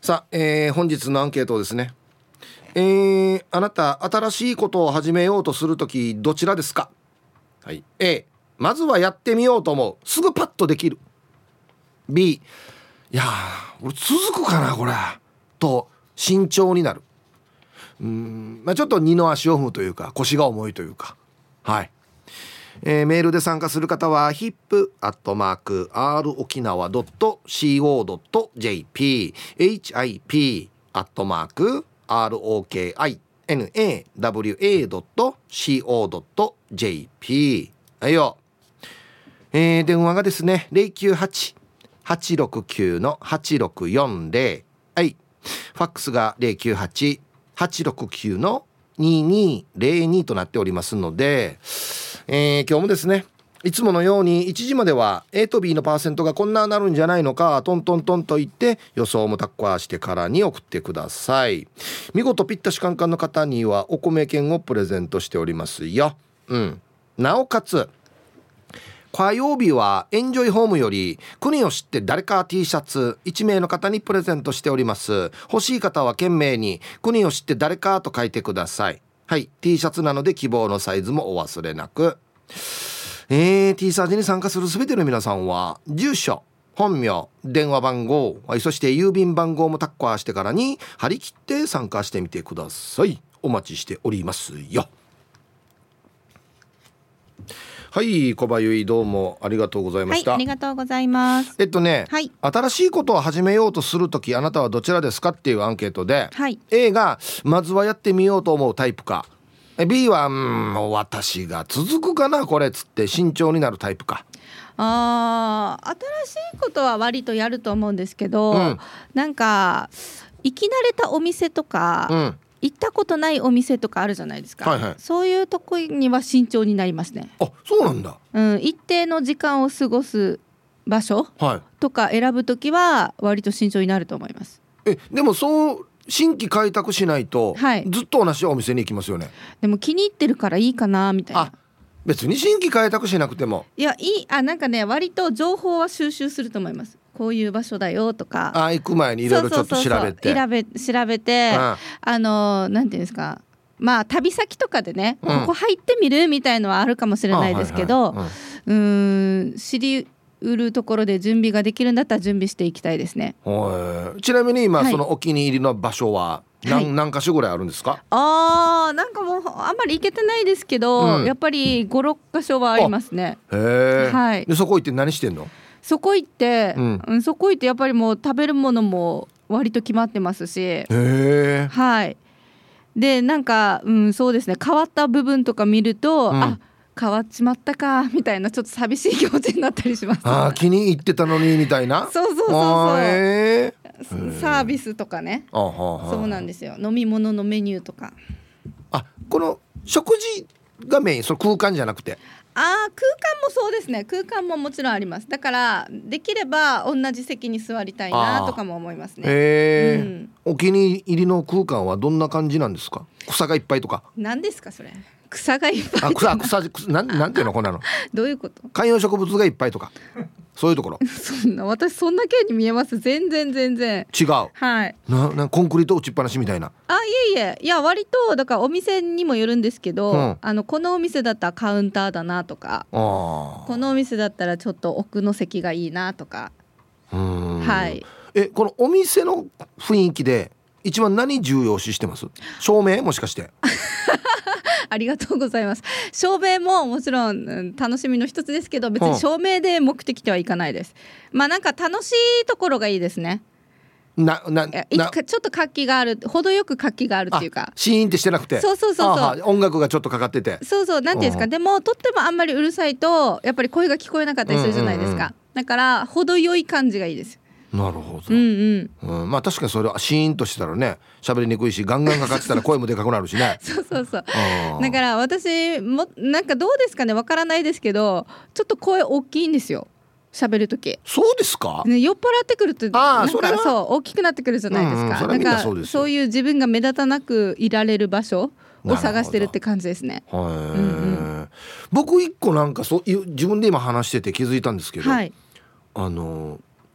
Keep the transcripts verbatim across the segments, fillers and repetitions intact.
さあ、えー、本日のアンケートですね。えー、あなた新しいことを始めようとするときどちらですか？はい、A、まずはやってみようと思う、すぐパッとできる。 B、いやー俺続くかなこれと慎重になる。うーん、まあ、ちょっと二の足を踏むというか腰が重いというか。はい、えー、メールで参加する方は ヒップ アットマーク アール 沖縄 ドット シーオー ドット ジェーピー ヒップ アットマーク アール オーケーアイエヌエーダブリューエー ドット シーオー ドット ジェーピー。 はいよ。えー、電話がですね ゼロきゅうはち はちろくきゅう はちろくよんゼロ。はい、ファックスが ゼロきゅうはち はちろくきゅう ににゼロにとなっておりますので、えー、今日もですねいつものようにいちじまでは A と B のパーセントがこんななるんじゃないのかトントントンと言って予想もタッカーしてからに送ってください。見事ピッタシカンカンの方にはお米券をプレゼントしておりますよ。うん、なおかつ火曜日はエンジョイホームより国を知って誰か T シャツいち名の方にプレゼントしております。欲しい方は懸命に国を知って誰かと書いてください。はい、 T シャツなので希望のサイズもお忘れなく。えー、T サージに参加するすべての皆さんは住所、本名、電話番号、そして郵便番号もタッカーしてからに張り切って参加してみてください。お待ちしておりますよ。はい、小葉ゆいどうもありがとうございました。 はい、ありがとうございます。 えっとね、 はい、 新しいことを始めようとするときあなたはどちらですかっていうアンケートで、 はい、 A がまずはやってみようと思うタイプか、B はうーん私が続くかなこれっつって慎重になるタイプか。 あ新しいことは割とやると思うんですけど、うん、なんか行き慣れたお店とか、うん、行ったことないお店とかあるじゃないですか、はいはい、そういうとこには慎重になりますね。 あ、そうなんだ、 うん、一定の時間を過ごす場所とか選ぶときは割と慎重になると思います。 えでもそう新規開拓しないと、はい、ずっと同じお店に行きますよね。 でも気に入ってるからいいかなみたいな。 あ、別に新規開拓しなくてもいやいいあなんかね割と情報は収集すると思います。こういう場所だよとか、 あ行く前にいろいろちょっと調べてそうそうそう調べ調べて、うん、あのなんていうんですか、まあ旅先とかでね、うん、ここ入ってみるみたいのはあるかもしれないですけど、はいはい、うん、うーん知り売るところで準備ができるんだったら準備していきたいですね。 ちなみに今、はい、そのお気に入りの場所は 何,、はい、何か所ぐらいあるんですか？ あーなんかもうあんまり行けてないですけど、うん、やっぱりご、ろっか所はありますね。 へー、 はい、 でそこ行って何してんの？ そこ行って、うんうん、そこ行ってやっぱりもう食べるものも割と決まってますし、へー、 はい、でなんか、うん、そうですね変わった部分とか見ると、うん、あ変わっちまったかみたいなちょっと寂しい気持ちになったりします。 あ気に入ってたのにみたいな。 そうそうそうそう、えー、サービスとかね。あははそうなんですよ。飲み物のメニューとか。 あこの食事がメイン、その空間じゃなくて。 あ空間もそうですね。空間ももちろんあります。だからできれば同じ席に座りたいなとかも思いますね。 へー、うん、お気に入りの空間はどんな感じなんですか？草がいっぱいとか。 何ですかそれ？草がいっぱい。 あ草草なんなんていうのこんなの。 どういうこと？ 観葉植物がいっぱいとかそういうところ。 そんな私そんな系に見えます？全然全然違う。 はいななコンクリート打ちっぱなしみたいな。 あいえいえいや割とだからお店にもよるんですけど、うん、あのこのお店だったらカウンターだなとか、あこのお店だったらちょっと奥の席がいいなとか。 うーん、 はい。 えこのお店の雰囲気で一番何重要視してます？照明もしかしてありがとうございます。照明ももちろん、うん、楽しみの一つですけど別に照明で目的ではいかないです、うん、まあなんか楽しいところがいいですね。 なななちょっと活気がある程よく活気があるっていうかシーンってしてなくてそうそうそうそう、 音楽がちょっとかかっててそうそうなんていうんですか、でもとってもあんまりうるさいとやっぱり声が聞こえなかったりするじゃないですか、うんうんうん、だから程よい感じがいいです。 なるほど、 うんうんうん、まあ確かにそれはシーンとしてたらね喋りにくいしガンガンかかってたら声もでかくなるしねそうそうそうだから私もなんかどうですかねわからないですけどちょっと声大きいんですよ喋るとき。 そうですか、 ね、酔っ払ってくるとあなんかそう大きくなってくるじゃないですか、うんうん、それはみんなそうですよ。なんかそういう自分が目立たなくいられる場所を探してるって感じですね。 はい、うんうん、僕一個なんかそう自分で今話してて気づいたんですけど、はい、あの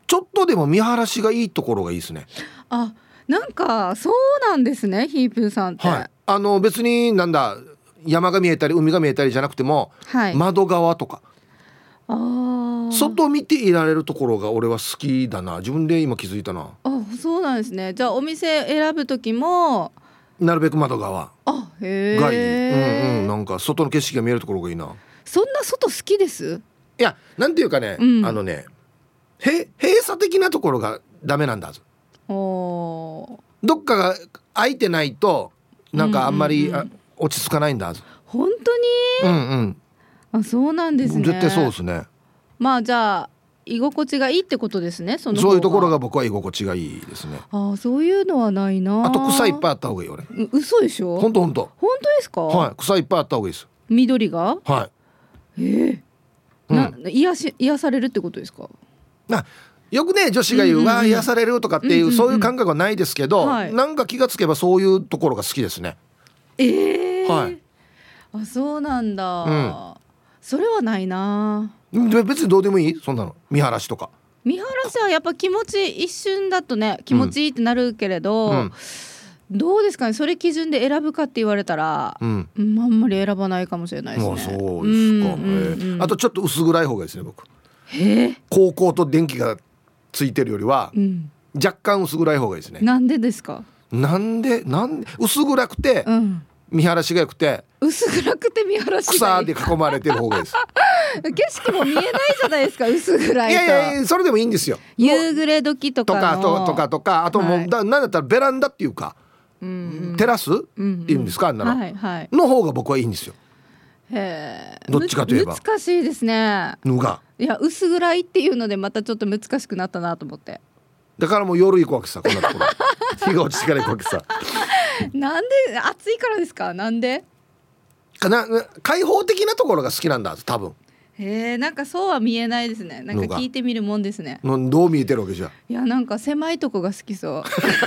ちょっとでも見晴らしがいいところがいいですね。 あ、なんかそうなんですね、ヒープーさんって。 はい、あの別になんだ山が見えたり海が見えたりじゃなくても、はい、窓側とかあ外見ていられるところが俺は好きだな。自分で今気づいたな。 あ、そうなんですね。じゃあお店選ぶ時もなるべく窓側あへがいい、うんうん、なんか外の景色が見えるところがいいな。 そんな外好きです？ いや、なんていうかね、うん、あのねへ閉鎖的なところがダメなんだぞ。おどっかが空いてないとなんかあんまり、うんうんうん、落ち着かないんだぞ。 本当に？ うんうん。 あ、そうなんですね。 絶対そうですね。 まあじゃあ居心地がいいってことですね。そのそういうところが僕は居心地がいいですね。 ああ、そういうのはないな。 あと草いっぱいあった方がいいよね。 う嘘でしょ。 本当本当。 本当ですか？ はい、草いっぱいあった方がいいです。 緑が？はい。えー、な、うん、癒し癒されるってことですか？ なよくね女子が言う、うんうんうん、わ癒されるとかっていう、うんうんうん、そういう感覚はないですけど、はい、なんか気がつけばそういうところが好きですね。 えー、 はい。 あ、そうなんだ、うん、それはないな。 別にどうでもいい、そんなの見晴らしとか。 見晴らしはやっぱ気持ち一瞬だとね気持ちいいってなるけれど、うん、どうですかね、それ基準で選ぶかって言われたら、うん、あんまり選ばないかもしれないですね。 あ、そうですか、うんうんうん、あとちょっと薄暗い方がいいですね僕。 へ高校と電気がついてるよりは、うん、若干薄暗い方がいいですね。 なんでですか？ なんでなんで薄暗くて、うん、見晴らしが良くて、 薄暗くて見晴らしがいい、 草で囲まれてる方がいいです景色も見えないじゃないですか薄暗いと。いやいやそれでもいいんですよ。 夕暮れ時とかのとかととかとか、あともう、はい、だなんだったらベランダっていうか、うんうん、テラス、うんうん、っていうんですか、あんなの、はいはい、の方が僕はいいんですよ。 へどっちかといえば難しいですね。 のがいや薄暗いっていうのでまたちょっと難しくなったなと思って。 だからもう夜行くわけさ、こんなところ日が落ちてから行くわけさなんで暑いからですか？なんでかな、開放的なところが好きなんだ多分。 へえ、なんかそうは見えないですね。なんか聞いてみるもんですね。 どう見えてるわけじゃ。 いや、なんか狭いとこが好きそう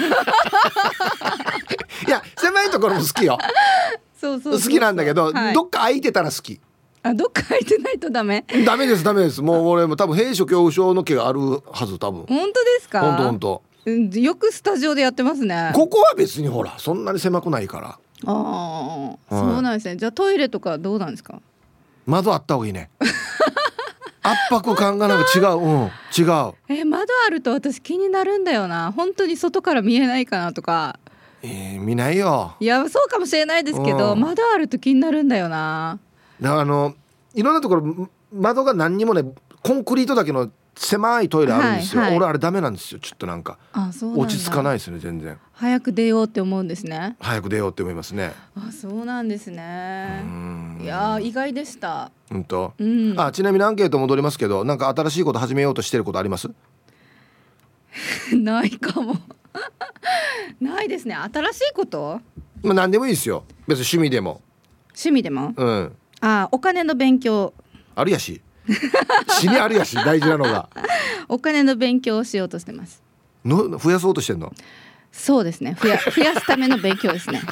いや狭いところも好きよそうそうそうそう、 好きなんだけど、 はい、 どっか空いてたら好き。 あ、どっか空いてないとダメ？ ダメですダメです。もう俺も多分閉所恐怖症の毛があるはず多分。 本当ですか？ 本当本当。 よくスタジオでやってますね。 ここは別にほらそんなに狭くないから。 ああ、はい、そうなんですね。じゃあトイレとかどうなんですか？ 窓あった方がいいね圧迫感がなんか違う、うん、違う。 え、窓あると私気になるんだよな。本当に外から見えないかなとか。 えー、見ないよ。 いや、そうかもしれないですけど、うん、窓あると気になるんだよな。 だからあのいろんなところ窓が何にもね、コンクリートだけの狭いトイレあるんですよ、はいはい、俺あれダメなんですよ。ちょっとなんかあ、そうなんだ、 落ち着かないですね全然。 早く出ようって思うんですね。 早く出ようって思いますね。 あ、そうなんですね。いや意外でした。 本当、 うん、 あ、ちなみにアンケート戻りますけど、なんか新しいこと始めようとしてることありますないかもないですね。新しいこと、 まあ、何でもいいですよ。別に趣味でも趣味でも、 うん、 あ、お金の勉強あるやし死にあるやし大事なのがお金の勉強をしようとしてますの。増やそうとしてんの？ そうですね、増や、増やすための勉強ですね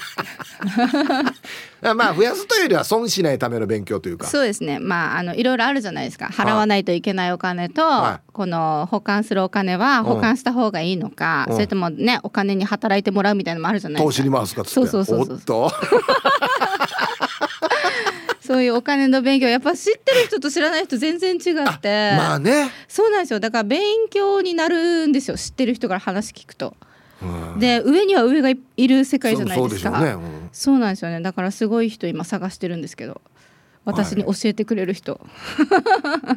まあ増やすというよりは損しないための勉強というか。 そうですね、まあ、あのいろいろあるじゃないですか。払わないといけないお金と、はい、この保管するお金は保管した方がいいのか、うん、それともねお金に働いてもらうみたいなのもあるじゃないですか。 投資に回すかっつって。 そうそうそうそう、 おっとそういうお金の勉強やっぱ知ってる人と知らない人全然違って。 まあね、 そうなんですよ。だから勉強になるんですよ、知ってる人から話聞くと。で上には上がいる世界じゃないですか。 そう、そうでしょうね、うん、そうなんですよね。だからすごい人今探してるんですけど、私に教えてくれる人、 はい、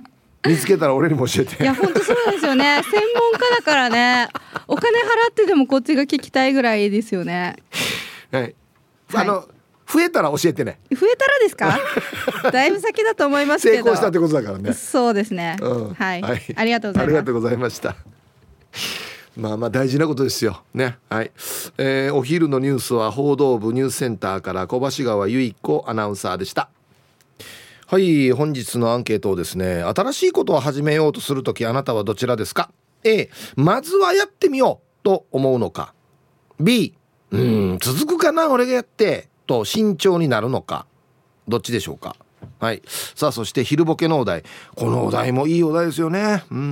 見つけたら俺にも教えて。 いや本当そうなんですよね。専門家だからね、お金払ってでもこっちが聞きたいぐらいですよね。 はい、あの、はい、増えたら教えてね。 増えたらですかだいぶ先だと思いますけど。 成功したってことだからね。 そうですね、うん、はい、はい、ありがとうございます。 ありがとうございましたまあまあ大事なことですよね。はい、えー、お昼のニュースは報道部ニュースセンターから小橋川由衣子アナウンサーでした。はい、本日のアンケートをですね、新しいことを始めようとするときあなたはどちらですか？ A、 まずはやってみようと思うのか、 B、 うーん続くかな俺がやってと慎重になるのか、どっちでしょうか？はい、さあそして昼ボケのお題、このお題もいいお題ですよね。うん、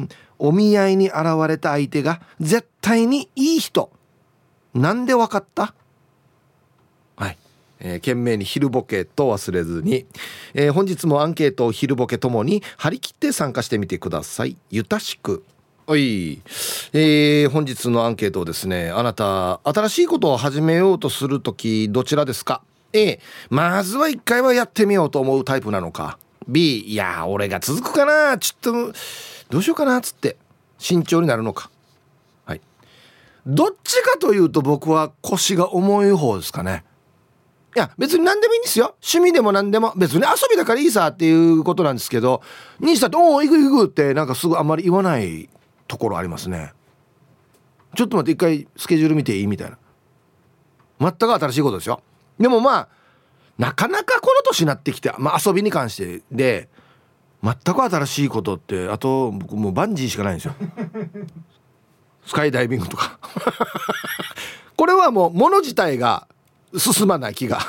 お見合いに現れた相手が絶対にいい人、なんでわかった？はい、えー、懸命に昼ボケと忘れずに、えー、本日もアンケートを昼ボケともに張り切って参加してみてください。ゆたしく。はい、えー、本日のアンケートをですね、あなた新しいことを始めようとするときどちらですか？ A、 まずは一回はやってみようと思うタイプなのか、 B、 いや俺が続くかな、ちょっとどうしようかなつって慎重になるのか。はい、どっちかというと僕は腰が重い方ですかね。いや別に何でもいいんですよ、趣味でも何でも、別に遊びだからいいさっていうことなんですけど、にしたっておお行く行くってなんかすぐあんまり言わないところありますね。ちょっと待って一回スケジュール見ていいみたいな、全く新しいことですよ。でもまあなかなかこの年になってきて、まあ、遊びに関してで全く新しいことって、あと僕もうバンジーしかないんですよスカイダイビングとかこれはもう物自体が進まない気が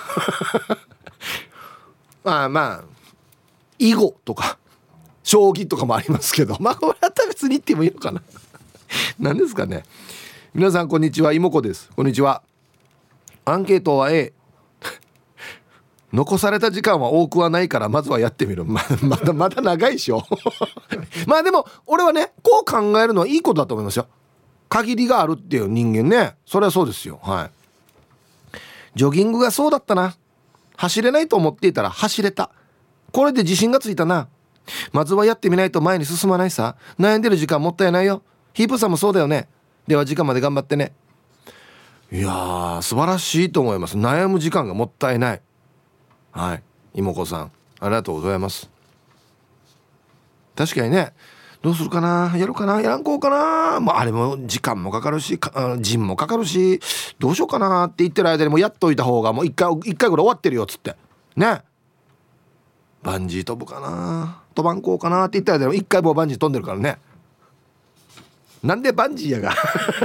まあまあ囲碁とか将棋とかもありますけど、まあこれは別に言ってもいいのかな何ですかね。皆さんこんにちは、いもこです。こんにちは。アンケートは A 残された時間は多くはないからまずはやってみる。 ま, まだまだ長いでしょまあでも俺はねこう考えるのはいいことだと思いますよ。限りがあるっていう人間ね、それはそうですよ。はい。ジョギングがそうだったな。走れないと思っていたら走れた。これで自信がついたな。まずはやってみないと前に進まないさ。悩んでる時間もったいないよ。ヒープさんもそうだよね。では時間まで頑張ってね。いやー素晴らしいと思います。悩む時間がもったいない。はい、妹子さんありがとうございます。確かにね、どうするかな、やるかな、やらんこうかな、まあ、あれも時間もかかるしジンもかかるし、どうしようかなって言ってる間にもうやっといた方がもう一回一回ぐらい終わってるよっつってね。バンジー飛ぶかな、飛ばんこうかなって言ったらでも一回もうバンジー飛んでるからね。なんでバンジーやが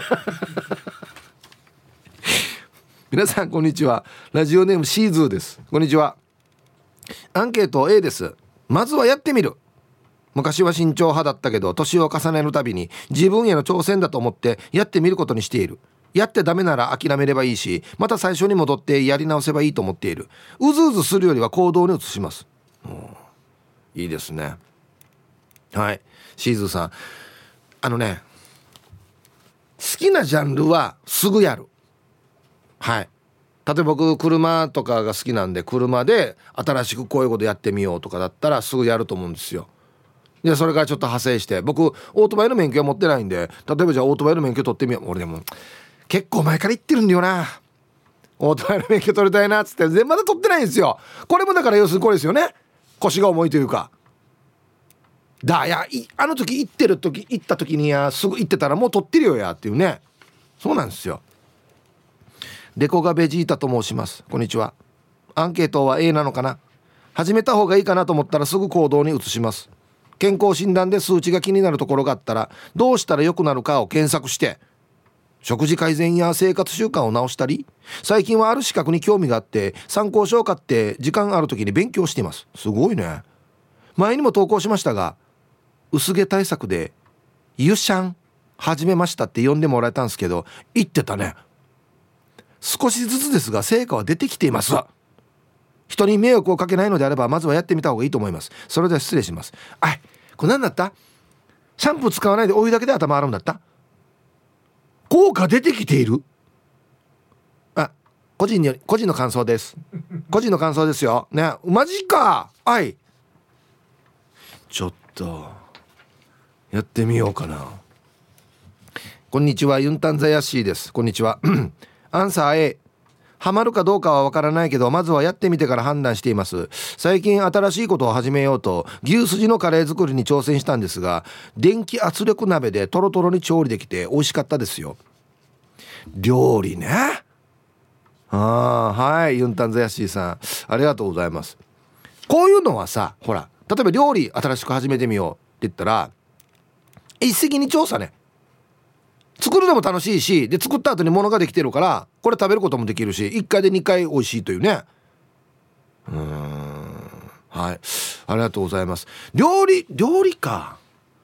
皆さんこんにちは。ラジオネームシーズーです。こんにちは。アンケート A です。まずはやってみる。昔は慎重派だったけど年を重ねるたびに自分への挑戦だと思ってやってみることにしている。やってダメなら諦めればいいし、また最初に戻ってやり直せばいいと思っている。うずうずするよりは行動に移します。いいですね。はい、シーズーさん、あのね好きなジャンルはすぐやる。はい、例えば僕車とかが好きなんで車で新しくこういうことやってみようとかだったらすぐやると思うんですよ。でそれからちょっと派生して僕オートバイの免許は持ってないんで、例えばじゃあオートバイの免許取ってみよう。俺でも結構前から言ってるんだよな、オートバイの免許取りたいなっつってまだ取ってないんですよ。これもだから要するにこれですよね、腰が重いというかだ。いやあの時行ってる時行った時にやすぐ行ってたらもう取ってるよやっていうね。そうなんですよ。デコがベジータと申します。こんにちは。アンケートは A なのかな。始めた方がいいかなと思ったらすぐ行動に移します。健康診断で数値が気になるところがあったらどうしたら良くなるかを検索して食事改善や生活習慣を直したり、最近はある資格に興味があって参考書を買って時間ある時に勉強しています。すごいね。前にも投稿しましたが薄毛対策でユシャン始めましたって呼んでもらえたんですけど言ってたね。少しずつですが成果は出てきています。人に迷惑をかけないのであればまずはやってみた方がいいと思います。それでは失礼します。あい、これ何だった？シャンプー使わないでお湯だけで頭洗うんだった？効果出てきている？あ、個人により個人の感想です個人の感想ですよね。マジか。はい、ちょっとやってみようかな。こんにちは、ユンタンザヤシーです。こんにちはアンサー A、 ハマるかどうかはわからないけどまずはやってみてから判断しています。最近新しいことを始めようと牛すじのカレー作りに挑戦したんですが電気圧力鍋でトロトロに調理できて美味しかったですよ。料理ね。あー、はい、ユンタンザヤシーさんありがとうございます。こういうのはさ、ほら例えば料理新しく始めてみようって言ったら一石二鳥さね。作るのも楽しいし、で作った後に物ができてるからこれ食べることもできるしいっかいでにかい美味しいというね。うーん、はい、ありがとうございます。料理料理か。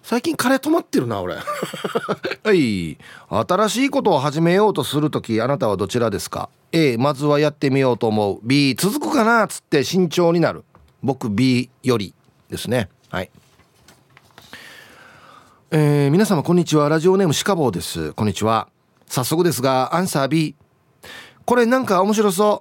最近カレー止まってるな俺はい。新しいことを始めようとするとき、あなたはどちらですか？ A まずはやってみようと思う。 B 続くかなっつって慎重になる。僕 B よりですね。はい。えー、皆様こんにちは。ラジオネームシカボーです。こんにちは。早速ですがアンサー B。 これなんか面白そう、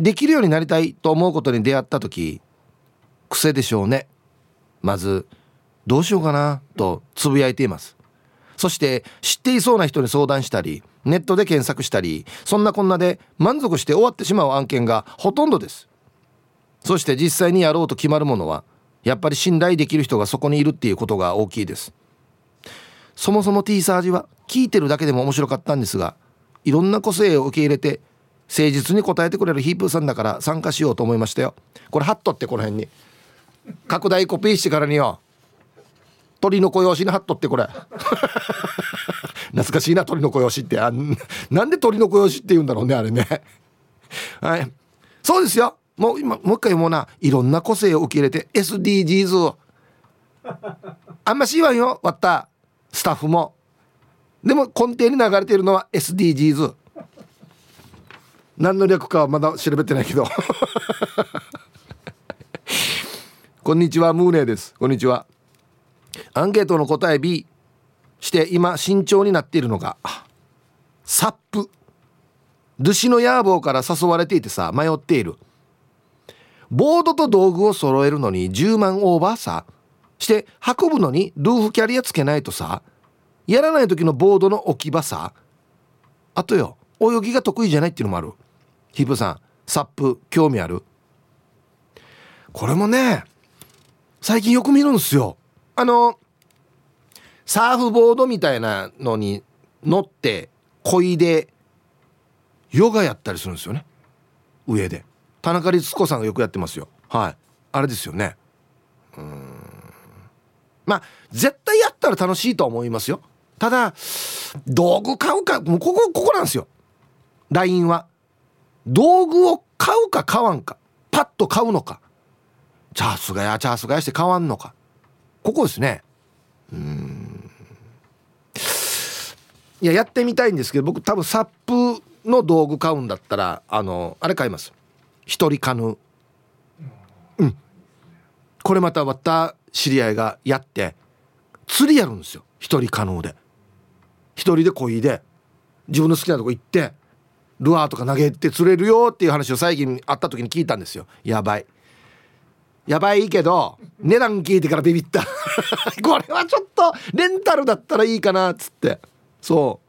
できるようになりたいと思うことに出会った時、癖でしょうね。まずどうしようかなとつぶやいています。そして知っていそうな人に相談したり、ネットで検索したり、そんなこんなで満足して終わってしまう案件がほとんどです。そして実際にやろうと決まるものはやっぱり信頼できる人がそこにいるっていうことが大きいです。そもそも T サージは聞いてるだけでも面白かったんですが、いろんな個性を受け入れて誠実に答えてくれるヒープーさんだから参加しようと思いましたよ。これ貼っとって、この辺に拡大コピーしてからによ、鳥の子用紙に貼っとって、これ懐かしいな、鳥の子用紙って。あ、なんで鳥の子用紙って言うんだろうね、あれねはい、そうですよ。もう今もう一回もうな、いろんな個性を受け入れて エスディージーズ をあんましいわんよ、わったスタッフも。でも根底に流れているのは エスディージーズ。 何の略かはまだ調べてないけどこんにちは、ムーネーです。こんにちは。アンケートの答え B して今慎重になっているのがサップ。ドゥシのヤーボーから誘われていてさ、迷っている。ボードと道具を揃えるのにじゅうまんオーバーさして運ぶのにルーフキャリアつけないとさ、やらない時のボードの置き場さ、あとよ、泳ぎが得意じゃないっていうのもある。ヒップさん、サップ興味ある？これもね、最近よく見るんですよ。あのサーフボードみたいなのに乗って漕いでヨガやったりするんですよね、上で。田中律子さんがよくやってますよ。はい、あれですよね。うーん、まあ絶対やったら楽しいと思いますよ。ただ道具買うか、もうここここなんですよ。ラインは道具を買うか買わんか、パッと買うのか、チャースがやチャースがやして買わんのか、ここですね。うーん、いややってみたいんですけど、僕多分サップの道具買うんだったらあのあれ買います。一人カヌー。うん、これまたわった知り合いがやって釣りやるんですよ。一人カヌーで一人で漕いで自分の好きなとこ行ってルアーとか投げて釣れるよっていう話を最近会った時に聞いたんですよ。やばいやばいけど値段聞いてからビビったこれはちょっとレンタルだったらいいかなっつって。そう、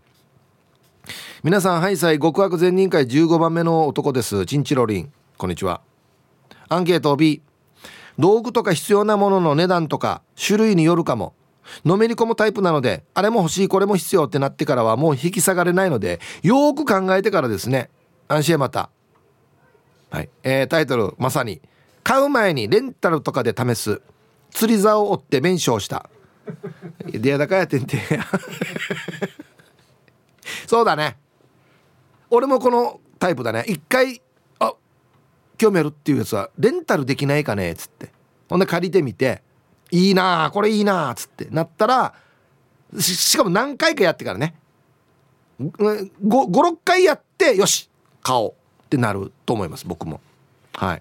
皆さん、ハイサイ極悪善人会じゅうごばんめの男です。チンチロリン、こんにちは。アンケート B、 道具とか必要なものの値段とか種類によるかも。のめり込むタイプなので、あれも欲しいこれも必要ってなってからはもう引き下がれないので、よーく考えてからですね。安心へまた。はい、えー、タイトル、まさに買う前にレンタルとかで試す。釣り竿を追って弁償した出やだかやってんてそうだね、俺もこのタイプだね。一回あ興味あるっていうやつはレンタルできないかねっつって、ほんで借りてみて、いいなこれいいなっつってなったら し, しかも何回かやってからね、ごろっかいやってよし買おうってなると思います、僕も。はい、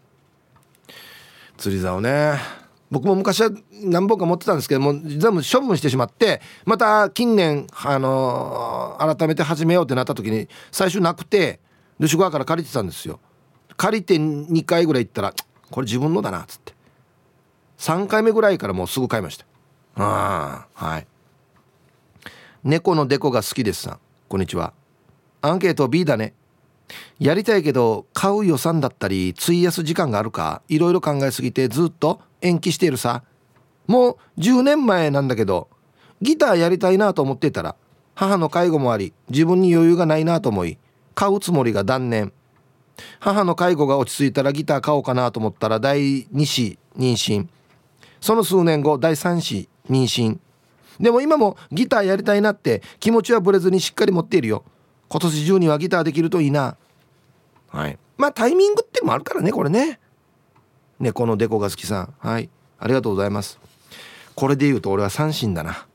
釣り竿ね、僕も昔は何本か持ってたんですけども、全部処分してしまって、また近年、あのー、改めて始めようってなった時に最初なくて、ルシュ側から借りてたんですよ。借りてにかいぐらい行ったらこれ自分のだなっつって、さんかいめぐらいからもうすぐ買いました。あー、はい。猫のデコが好きですさん、こんにちは。アンケート B だね。やりたいけど買う予算だったり費やす時間があるかいろいろ考えすぎてずっと延期しているさ。もうじゅうねんまえなんだけどギターやりたいなと思っていたら母の介護もあり自分に余裕がないなと思い買うつもりが断念。母の介護が落ち着いたらギター買おうかなと思ったらだいに子妊娠、その数年後だいさん子妊娠。でも今もギターやりたいなって気持ちはブレずにしっかり持っているよ。今年中にはギターできるといいな。はい、まあタイミングってのもあるからね、これね。猫のデコが好きさん、はい、ありがとうございます。 これで言うと俺は三振だな。は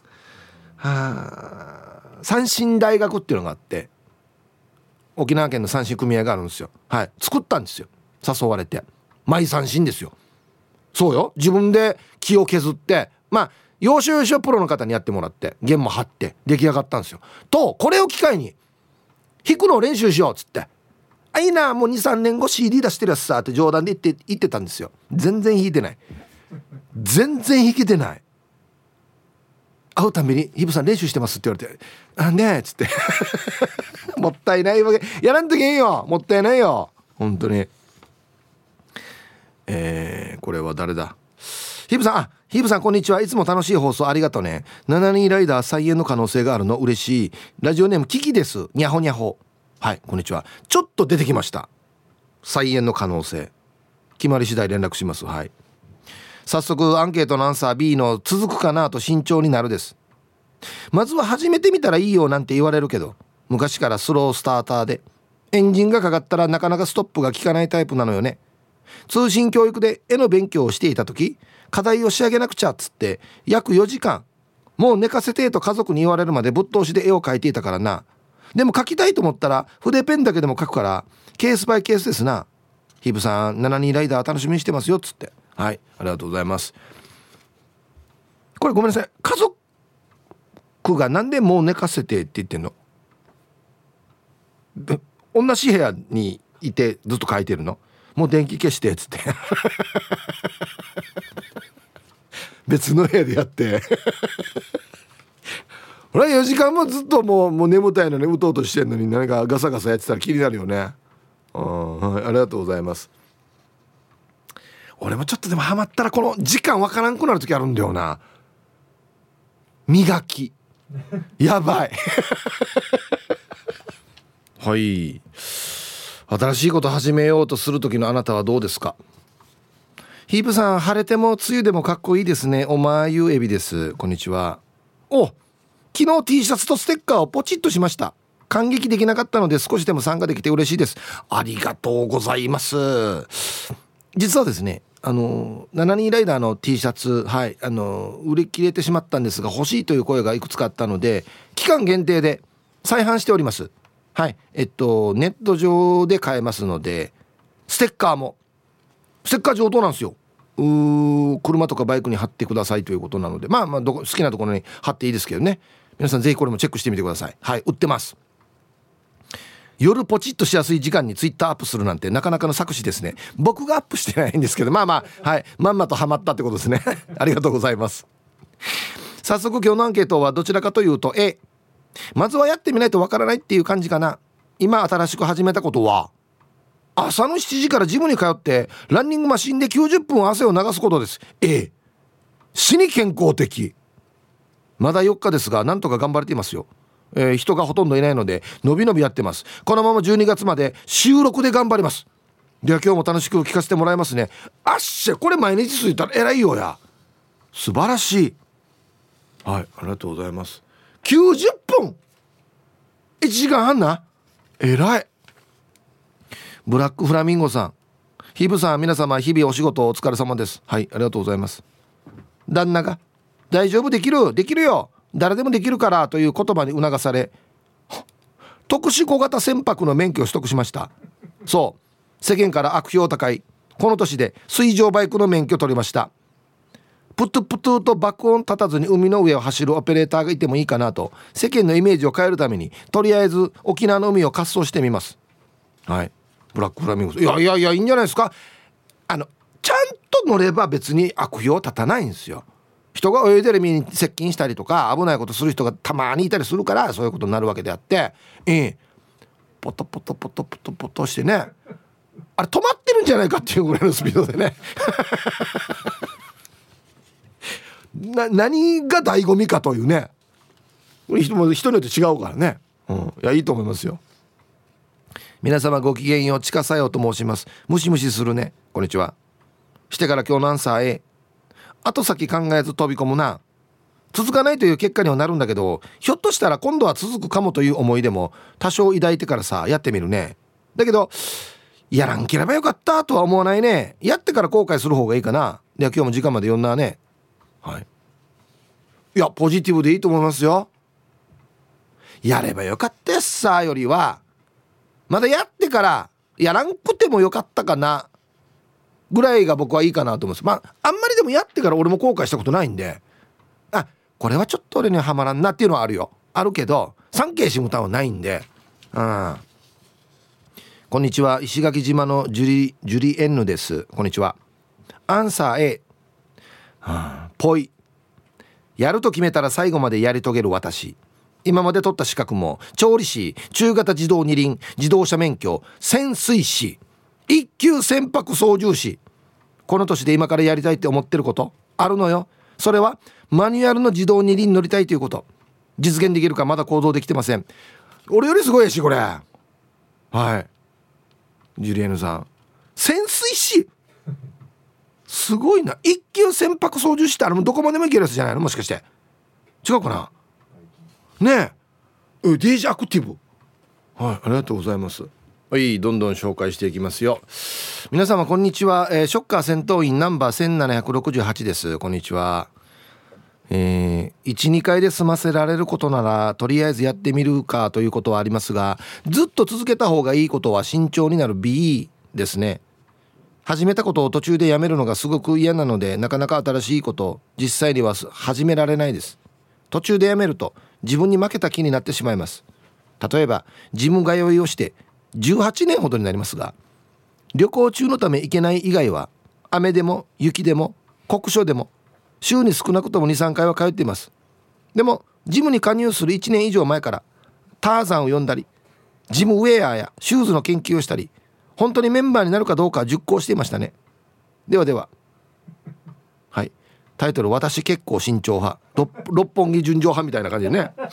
あ、三振大学っていうのがあって、沖縄県の三振組合があるんですよ。はい、作ったんですよ。誘われてマイ三振ですよ。そうよ、自分で木を削って、まあ要所要所プロの方にやってもらって弦も張って出来上がったんですよ。とこれを機会に弾くのを練習しようっつって、あいいな、もう にさんねんご シーディー 出してるやつさって冗談で言って言ってたんですよ。全然弾いてない、全然弾けてない。会うたびにヒブさん練習してますって言われて、あねえっつってもったいないわけ、やらんとけんよ、もったいないよ本当に。えー、これは誰だ。ヒブさん、あ、ヒブさんこんにちは、いつも楽しい放送ありがとうね。ななじゅうにライダー再演の可能性があるの嬉しい。ラジオネームキキです。にゃほにゃほ。はい、こんにちは。ちょっと出てきました、再演の可能性。決まり次第連絡します。はい、早速アンケートのアンサー B の続くかなと慎重になるです。まずは始めてみたらいいよなんて言われるけど、昔からスロースターターでエンジンがかかったらなかなかストップが効かないタイプなのよね。通信教育で絵の勉強をしていた時、課題を仕上げなくちゃっつって約よじかんもう寝かせてと家族に言われるまでぶっ通しで絵を描いていたからな。でも描きたいと思ったら筆ペンだけでも描くからケースバイケースですな。ヒブさんななじゅうにライダー楽しみにしてますよっつって。はい、ありがとうございます。これごめんなさい、家族がなんでもう寝かせてって言ってんの？で同じ部屋にいてずっと描いてるの？もう電気消してっつって別の部屋でやってほらよじかんもずっともう、もう眠たいのにうとうとしてんのに何かガサガサやってたら気になるよね。うん、はい、ありがとうございます。俺もちょっとでもハマったらこの時間わからんくなる時あるんだよな。磨きやばいはい、新しいこと始めようとする時のあなたはどうですか？ヒープさん、晴れても梅雨でもかっこいいですね。おまゆエビです。こんにちは。お、昨日 T シャツとステッカーをポチッとしました。感激できなかったので少しでも参加できて嬉しいです。ありがとうございます。実はですね、あのななじゅうにライダーの T シャツ、はい、あの売り切れてしまったんですが、欲しいという声がいくつかあったので期間限定で再販しております。はい、えっとネット上で買えますので、ステッカーもステッカー上等なんですよ。うー車とかバイクに貼ってくださいということなので、まあまあどこ好きなところに貼っていいですけどね、皆さんぜひこれもチェックしてみてください。はい、売ってます。夜ポチッとしやすい時間にツイッターアップするなんてなかなかの作詞ですね。僕がアップしてないんですけど、まあまあ、はい、まんまとハマったってことですねありがとうございます。早速今日のアンケートはどちらかというと A、 まずはやってみないとわからないっていう感じかな。今新しく始めたことは朝のしちじからジムに通ってランニングマシンできゅうじゅっぷん汗を流すことです。 A、 死に健康的。まだよっかですがなんとか頑張れていますよ。えー、人がほとんどいないのでのびのびやってます。このままじゅうにがつまで週ろくで頑張ります。では今日も楽しく聞かせてもらいますね。あっしゃ、これ毎日続いたら偉いよや。素晴らしい。はい、ありがとうございます。きゅうじゅっぷんいちじかんはんな、偉い。ブラックフラミンゴさん、ヒブさん、皆様日々お仕事お疲れ様です。はい、ありがとうございます。旦那が大丈夫、できるできるよ、誰でもできるからという言葉に促され特殊小型船舶の免許を取得しました。そう、世間から悪評高いこの年で水上バイクの免許を取りました。プトゥプトゥと爆音立たずに海の上を走るオペレーターがいてもいいかなと世間のイメージを変えるためにとりあえず沖縄の海を滑走してみます。はい、ブラックフラミンゴ、いやいやいや、いいんじゃないですか。あのちゃんと乗れば別に悪評立たないんですよ。人が泳いでる身に接近したりとか危ないことする人がたまにいたりするからそういうことになるわけであって、ええ、ポトポトポトポトポトしてね、あれ止まってるんじゃないかっていうぐらいのスピードでねな何が醍醐味かというね、人も人によって違うからね、うん、いやいいと思いますよ。皆様ごきげんよう、ちかさよと申します。ムシムシするね、こんにちは。してから今日のアンサー A、後先考えず飛び込むな。続かないという結果にはなるんだけど、ひょっとしたら今度は続くかもという思いでも多少抱いてからさやってみるね。だけどやらんければよかったとは思わないね。やってから後悔する方がいいかな。では今日も時間まで読んだね。 はい、いやポジティブでいいと思いますよ。やればよかったやつさよりはまだやってからやらんくてもよかったかなぐらいが僕はいいかなと思います。まああんまりでもやってから俺も後悔したことないんで、あこれはちょっと俺にはハマらんなっていうのはあるよ、あるけど産経新聞はないんで。うん、こんにちは、石垣島のジュリジュリエンヌです。こんにちは。アンサー A、はあ、ぽい。やると決めたら最後までやり遂げる私。今まで取った資格も調理師、中型自動二輪、自動車免許、潜水士、一級船舶操縦士。この年で今からやりたいって思ってることあるのよ。それはマニュアルの自動二輪乗りたいということ。実現できるかまだ行動できてません。俺よりすごいしこれ。はい、ジュリエヌさん潜水士すごいな。一級船舶操縦士ってあれもどこまでも行けるやつじゃないの、もしかして違うかなねえ。デイジーアクティブ、はい、ありがとうございます。はい、どんどん紹介していきますよ。皆様こんにちは、えー、ショッカー戦闘員ナンバーせんななひゃくろくじゅうはちです。こんにちは。えー、いちにかいで済ませられることならとりあえずやってみるかということはありますが、ずっと続けた方がいいことは慎重になる B ですね。始めたことを途中でやめるのがすごく嫌なので、なかなか新しいことを実際には始められないです。途中でやめると自分に負けた気になってしまいます。例えばジム通いをしてじゅうはちねんほどになりますが、旅行中のため行けない以外は雨でも雪でも酷暑でも週に少なくとも にさんかいは通っています。でもジムに加入するいちねん以上前からターザンを読んだりジムウェアやシューズの研究をしたり、本当にメンバーになるかどうか熟考していましたね。ではでは、はい、タイトル私結構慎重派、六本木純情派みたいな感じでねはい、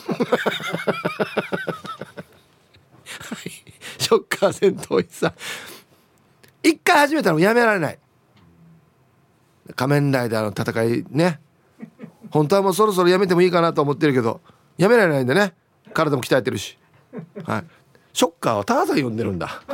ショッカー戦闘員さん、一回始めたらやめられない。仮面ライダーの戦いね、本当はもうそろそろやめてもいいかなと思ってるけどやめられないんでね。体も鍛えてるし、はい、ショッカーはターザン呼んでるんだ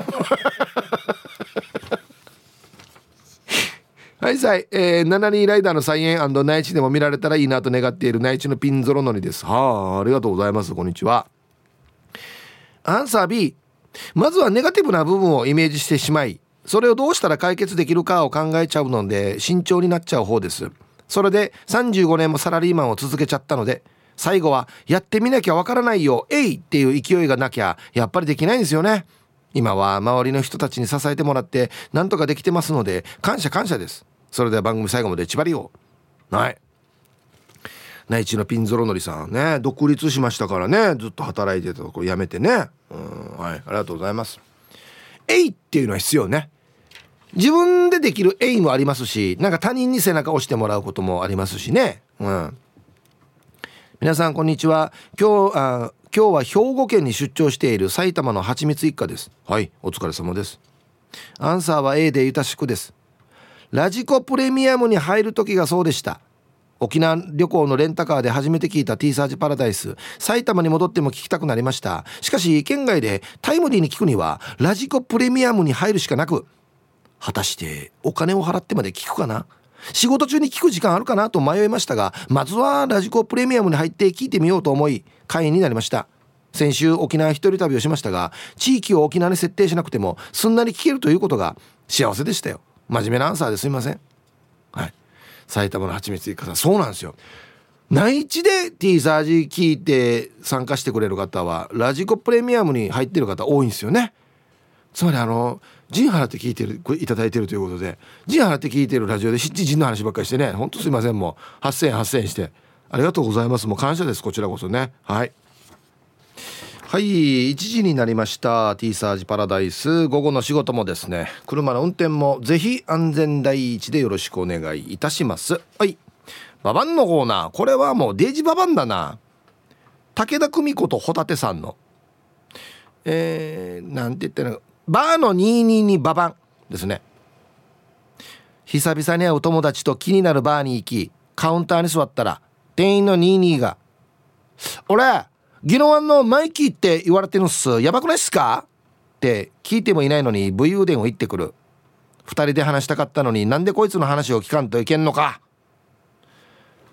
はいさい、えー、ななにんライダーの菜園&内地でも見られたらいいなと願っている内地のピンゾロノリです。はあ、ありがとうございます。こんにちは。アンサー B、 まずはネガティブな部分をイメージしてしまい、それをどうしたら解決できるかを考えちゃうので慎重になっちゃう方です。それでさんじゅうごねんもサラリーマンを続けちゃったので、最後はやってみなきゃわからないよえいっていう勢いがなきゃやっぱりできないんですよね。今は周りの人たちに支えてもらってなんとかできてますので感謝感謝です。それでは番組最後まで千葉りを。はい、内地のピンゾロノリさんね、独立しましたからね、ずっと働いてたところ辞めてね、うん、はい、ありがとうございます。えいっていうのは必要ね。自分でできるえいもありますし、なんか他人に背中を押してもらうこともありますしね、うん、皆さんこんにちは。今日あ今日は兵庫県に出張している埼玉のはちみつ一家です。はい、お疲れ様です。アンサーは A でゆたしくです。ラジコプレミアムに入る時がそうでした。沖縄旅行のレンタカーで初めて聞いた T サージパラダイス、埼玉に戻っても聞きたくなりました。しかし県外でタイムリーに聞くにはラジコプレミアムに入るしかなく、果たしてお金を払ってまで聞くかな、仕事中に聞く時間あるかなと迷いましたが、まずはラジコプレミアムに入って聞いてみようと思い会員になりました。先週沖縄一人旅をしましたが、地域を沖縄に設定しなくてもすんなり聞けるということが幸せでしたよ。真面目なアンサーですいません。はい、埼玉のはちみつ一家さん、そうなんですよ。内地で T サージ聞いて参加してくれる方はラジコプレミアムに入ってる方多いんですよね。つまりあのジン払って聞いてるいただいてるということで、ジン払って聞いてるラジオで七人の話ばっかりしてね、ほんとすいません。もうはっせんえんはっせんえんしてありがとうございます。もう感謝です、こちらこそね。はいはい、いちじになりました。 T サージパラダイス、午後の仕事もですね、車の運転もぜひ安全第一でよろしくお願いいたします。はい、ババンのコーナー、これはもうデージババンだな。武田久美子とホタテさんのえー、なんて言ったらバーのにひゃくにじゅうにババンですね。久々に会う友達と気になるバーに行き、カウンターに座ったら店員のにひゃくにじゅうにが俺ギノワンのマイキーって言われてるんす、やばくないっすかって聞いてもいないのに武勇伝を言ってくる。二人で話したかったのになんでこいつの話を聞かんといけんのか。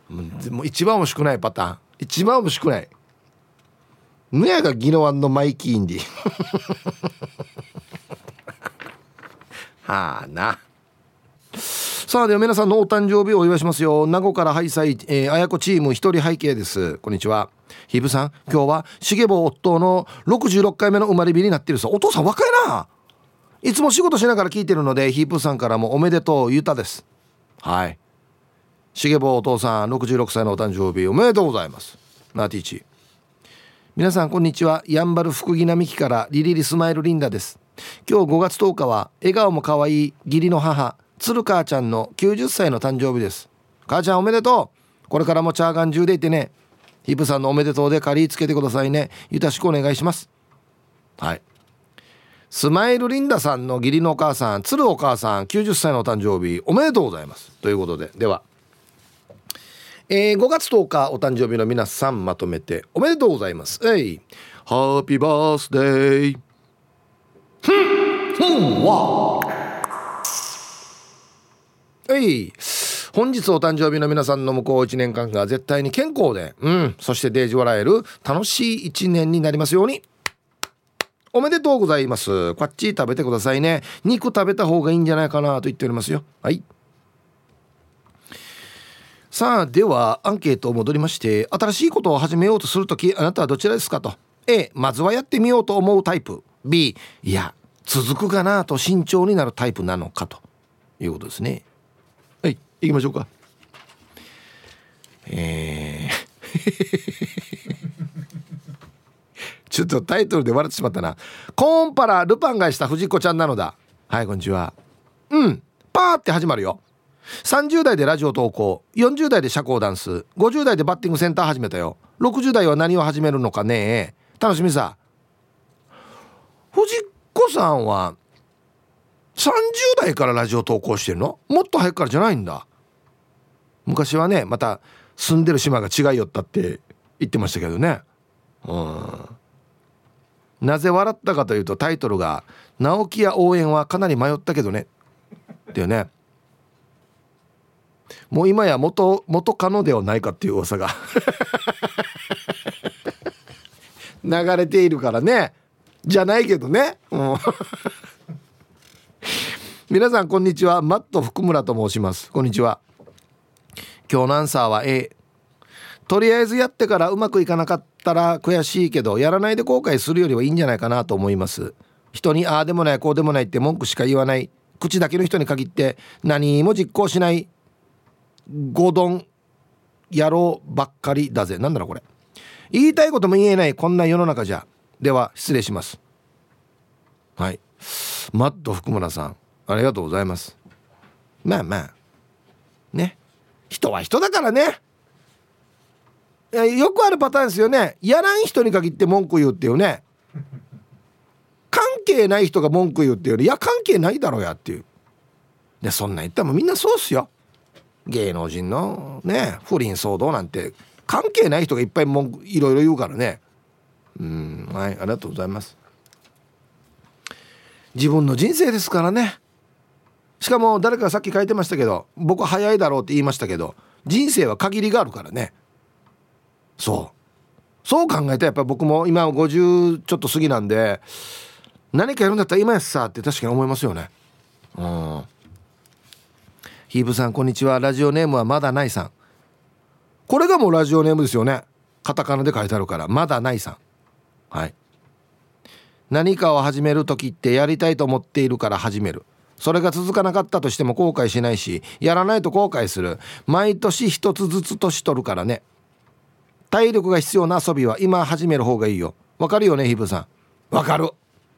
もう一番欲しくないパターン、一番欲しくない。むやがギノワンのマイキーンディはあな。さあでは皆さんのお誕生日をお祝いしますよ。名護からハイサイ、えー、あやこチーム一人背景です。こんにちは。ヒブさん、今日はしげぼう夫のろくじゅうろっかいめの生まれ日になってるそう。お父さん若いな。いつも仕事しながら聞いてるので、ヒープさんからもおめでとうゆたです。はい、しげぼうお父さんろくじゅうろくさいのお誕生日おめでとうございます。ナーティーチ。皆さんこんにちは。やんばる福木並木からリリリスマイルリンダです。今日ごがつとおかは笑顔も可愛い義理の母鶴母ちゃんのきゅうじゅっさいの誕生日です。母ちゃんおめでとう。これからもチャーガン中でいてね。ヒップさんのおめでとうで借りつけてくださいね。よろしくお願いします。はい、スマイルリンダさんの義理のお母さん鶴お母さんきゅうじゅっさいのお誕生日おめでとうございますということで、では、えー、ごがつとおかお誕生日の皆さんまとめておめでとうございます。えいハッピーバースデー。ふんふんわえい本日お誕生日の皆さんの向こういちねんかんが絶対に健康で、うん、そしてデージ笑える楽しいいちねんになりますように。おめでとうございます。こっち食べてくださいね。肉食べた方がいいんじゃないかなと言っておりますよ。はい、さあではアンケートを戻りまして、新しいことを始めようとするときあなたはどちらですかと。 A まずはやってみようと思うタイプ、 B いや続くかなと慎重になるタイプなのかということですね。はい、行きましょうか。えーちょっとタイトルで笑ってしまったな。コーンパラルパンがした藤子ちゃんなのだ。はい、こんにちは。うんパーって始まるよ。さんじゅうだいでラジオ投稿、よんじゅうだいで社交ダンス、ごじゅうだいでバッティングセンター始めたよ。ろくじゅうだいは何を始めるのかね。楽しみさ。藤子さんはさんじゅうだいからラジオ投稿してるの？もっと早くからじゃないんだ。昔はね、また住んでる島が違いよったって言ってましたけどね。うん、なぜ笑ったかというと、タイトルが直木や応援はかなり迷ったけどねっていうね。もう今や元元カノではないかっていう噂が流れているからね。じゃないけどね、うん、皆さんこんにちは。マット福村と申します。こんにちは。今日のアンサーは A。 とりあえずやってからうまくいかなかったら悔しいけど、やらないで後悔するよりはいいんじゃないかなと思います。人にああでもないこうでもないって文句しか言わない、口だけの人に限って何も実行しないゴドン野郎ばっかりだぜ。なんだろうこれ。言いたいことも言えないこんな世の中じゃ。では失礼します。はい、マット福村さんありがとうございます。まあまあね、人は人だからね。よくあるパターンですよね。やらん人に限って文句言うっていうね。関係ない人が文句言うっていうより、いや関係ないだろうやっていう。でそんな言ったらもうみんなそうっすよ。芸能人のね不倫騒動なんて関係ない人がいっぱい文句いろいろ言うからね。うん、はい、ありがとうございます。自分の人生ですからね。しかも誰かさっき書いてましたけど、僕は早いだろうって言いましたけど、人生は限りがあるからね。そうそう考えたらやっぱり僕も今ごじゅうちょっと過ぎなんで、何かやるんだったら今やさって確かに思いますよね。うん。ヒーブさんこんにちは。ラジオネームはまだないさん。これがもうラジオネームですよね。カタカナで書いてあるからまだないさん。はい。何かを始めるときってやりたいと思っているから始める。それが続かなかったとしても後悔しないし、やらないと後悔する。毎年一つずつ年取るからね。体力が必要な遊びは今始める方がいいよ。わかるよねヒブさん。わかる。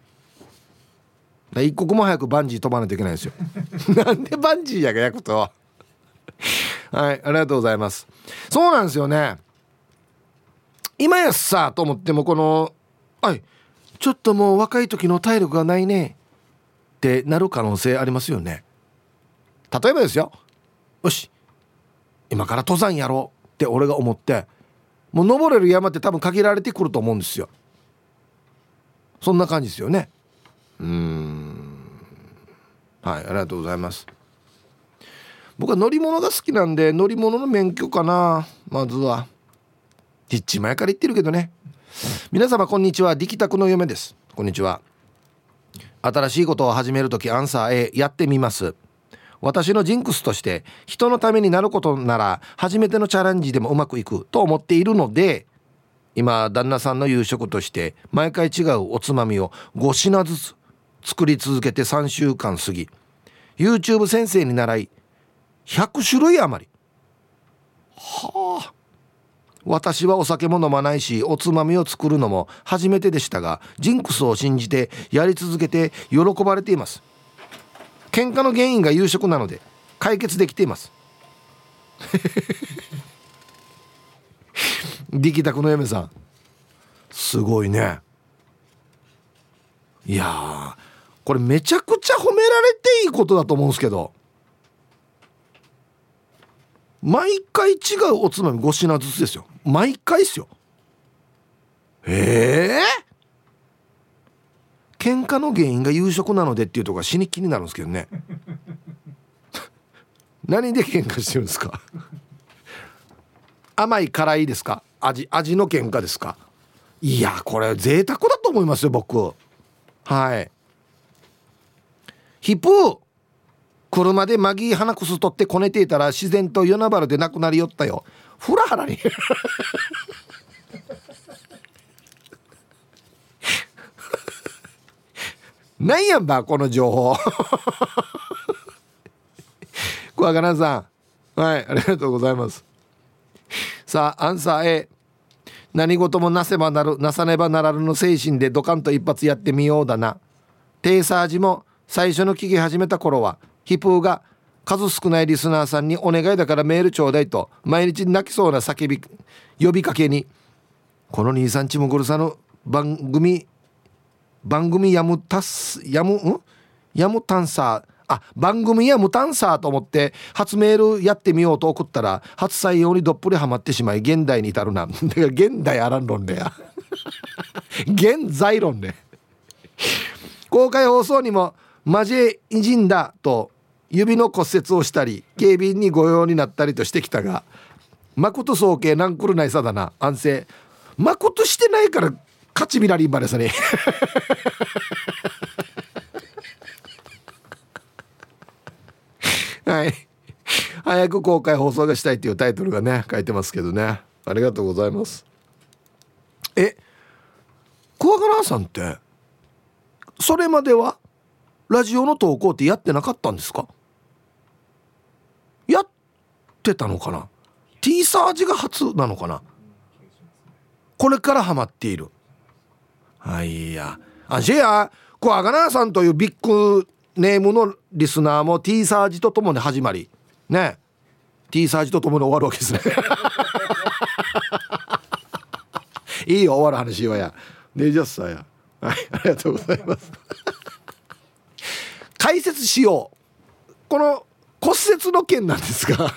一刻も早くバンジー飛ばないといけないんですよなんでバンジーやが焼くとはいありがとうございます。そうなんですよね。今やっさと思ってもこのはいちょっともう若い時の体力がないねってなる可能性ありますよね。例えばですよ、よし今から登山やろうって俺が思って、もう登れる山って多分限られてくると思うんですよ。そんな感じですよね。うーん、はい、ありがとうございます。 僕は乗り物が好きなんで乗り物の免許かな。まずはちっち前から言ってるけどね。皆様こんにちは、力宅の嫁です。こんにちは。新しいことを始めるときアンサー A、 やってみます。私のジンクスとして人のためになることなら初めてのチャレンジでもうまくいくと思っているので、今旦那さんの夕食として毎回違うおつまみをご品ずつ作り続けてさんしゅうかん過ぎ、 YouTube 先生に習いひゃくしゅるい余り。はあ、私はお酒も飲まないしおつまみを作るのも初めてでしたが、ジンクスを信じてやり続けて喜ばれています。喧嘩の原因が夕食なので解決できています。力宅の嫁さんすごいね。いやー、これめちゃくちゃ褒められていいことだと思うんですけど、毎回違うおつまみご品ずつですよ。毎回っすよ。えー、喧嘩の原因が夕食なのでっていうところが死に気になるんですけどね。何で喧嘩してるんですか？甘い辛いですか？味味の喧嘩ですか？いやこれ贅沢だと思いますよ僕。はい。ヒプー、車でマギー鼻くす取ってこねていたら自然と夜なばるでなくなりよったよ。フラハラに。なんやんばこの情報。小若菜さん、はい、ありがとうございます。さあアンサー A、 何事もなせばなるなさねばならぬの精神でドカンと一発やってみようだな。テーサージも最初の聞き始めた頃はヒプーが数少ないリスナーさんにお願いだからメールちょうだいと毎日泣きそうな叫び呼びかけに、この兄さんちもぐるさの番組番組やむたすやむんやむたんさあ番組やむたんさと思って初メールやってみようと送ったら初採用にどっぷりハマってしまい現代に至るな。だから現代あらん論でや。現在論で。公開放送にもマジェイジンだと指の骨折をしたり警備員に御用になったりとしてきたが、誠総計なんくるないさだな安静。誠してないから勝ち見らりんばれさね。はい、早く公開放送がしたいっていうタイトルがね書いてますけどね、ありがとうございます。え、小若菜さんってそれまではラジオの投稿ってやってなかったんですか？やってたのかな。 T サージが初なのかな。これからハマっている。はいやあじゃあ小若菜さんというビッグネームのリスナーも T サージとともに始まりね、 T サージとともに終わるわけですね。いいよ終わる話はやねじゃっさや。はい、ありがとうございます。解説しよう。この骨折の件なんですが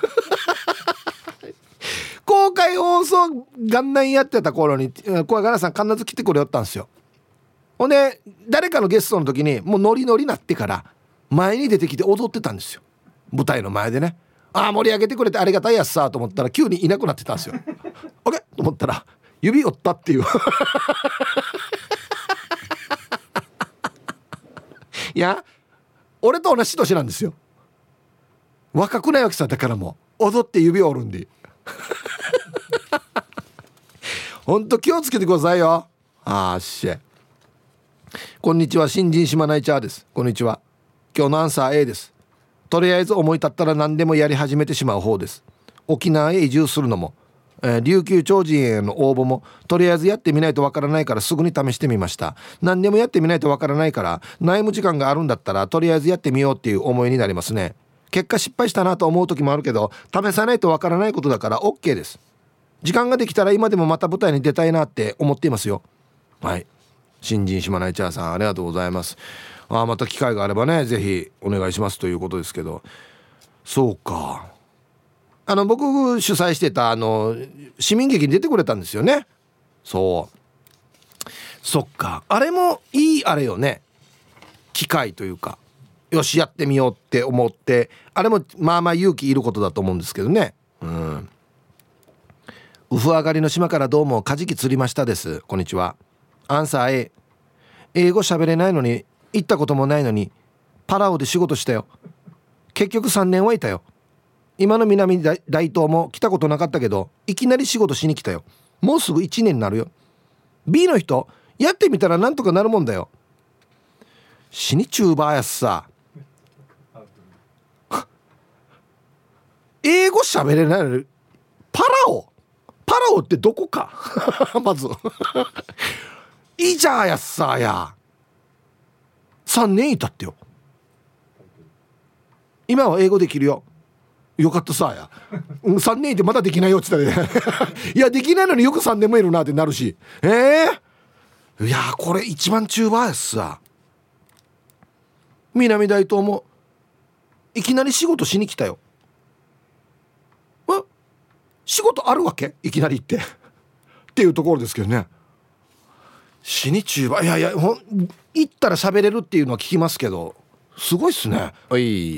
公開放送元年やってた頃に小若菜さん必ず来てくれよったんですよ。ほんで誰かのゲストの時にもうノリノリなってから前に出てきて踊ってたんですよ、舞台の前でね。ああ盛り上げてくれてありがたいやつさと思ったら急にいなくなってたんですよ。あれと思ったら指折ったっていう。いや俺と同じ年なんですよ。若くないわけさ。だからもう踊って指折るんで。ほんと気をつけてくださいよ。あーっしこんにちは、新人島内チャーです。こんにちは。今日のアンサー A です。とりあえず思い立ったら何でもやり始めてしまう方です。沖縄へ移住するのも、えー、琉球超人への応募もとりあえずやってみないとわからないからすぐに試してみました。何でもやってみないとわからないから悩む時間があるんだったらとりあえずやってみようっていう思いになりますね。結果失敗したなと思う時もあるけど試さないとわからないことだから OK です。時間ができたら今でもまた舞台に出たいなって思っていますよ。はい、新人島内チャーさんありがとうございます。あまた機会があればねぜひお願いしますということですけど、そうか、あの僕主催してたあの市民劇に出てくれたんですよね。そうそっか、あれもいいあれよね、機会というかよしやってみようって思って、あれもまあまあ勇気いることだと思うんですけどね。うん。ウフ上がりの島からどうもカジキ釣りましたです。こんにちは。アンサー A。 英語喋れないのに、行ったこともないのにパラオで仕事したよ。結局さんねんはいたよ。今の南大東も来たことなかったけど、いきなり仕事しに来たよ。もうすぐいちねんになるよ。 B の人、やってみたらなんとかなるもんだよ。死にチューバーやっさ。英語喋れないのにパラオパラオってどこかまずいいじゃんやっさや。さんねんいたってよ。今は英語できるよ。よかったさや。さんねんいてまだできないよって言ったら、ね、いやできないのによくさんねんもいるなってなるし、えー、いやこれ一番中盤やっさ。南大東もいきなり仕事しに来たよ。仕事あるわけいきなりってっていうところですけどね。死に中盤、いやいやほん行ったら喋れるっていうのは聞きますけど、すごいっすね。はい、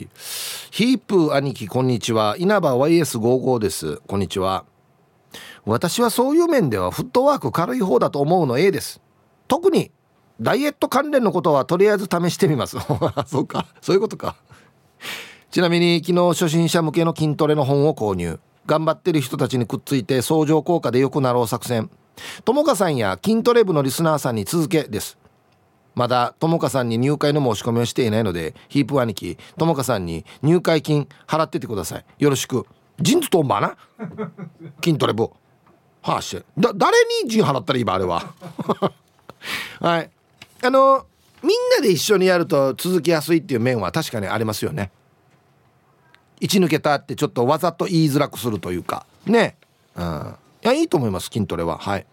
ヒープ兄貴こんにちは。稲葉 ワイエスごじゅうご です。こんにちは。私はそういう面ではフットワーク軽い方だと思うの A です。特にダイエット関連のことはとりあえず試してみますそうか、そういうことか。ちなみに昨日初心者向けの筋トレの本を購入。頑張ってる人たちにくっついて相乗効果で良くなろう作戦。ともかさんや筋トレ部のリスナーさんに続けです。まだともかさんに入会の申し込みをしていないので、ヒープ兄貴ともかさんに入会金払っててください。よろしく。ジンズとんばな筋トレ部はあしてだ、誰に陣払ったらいいばあれははい、あのみんなで一緒にやると続きやすいっていう面は確かにありますよね。一抜けたってちょっとわざと言いづらくするというかね。うん、いやいいと思います筋トレは。はい、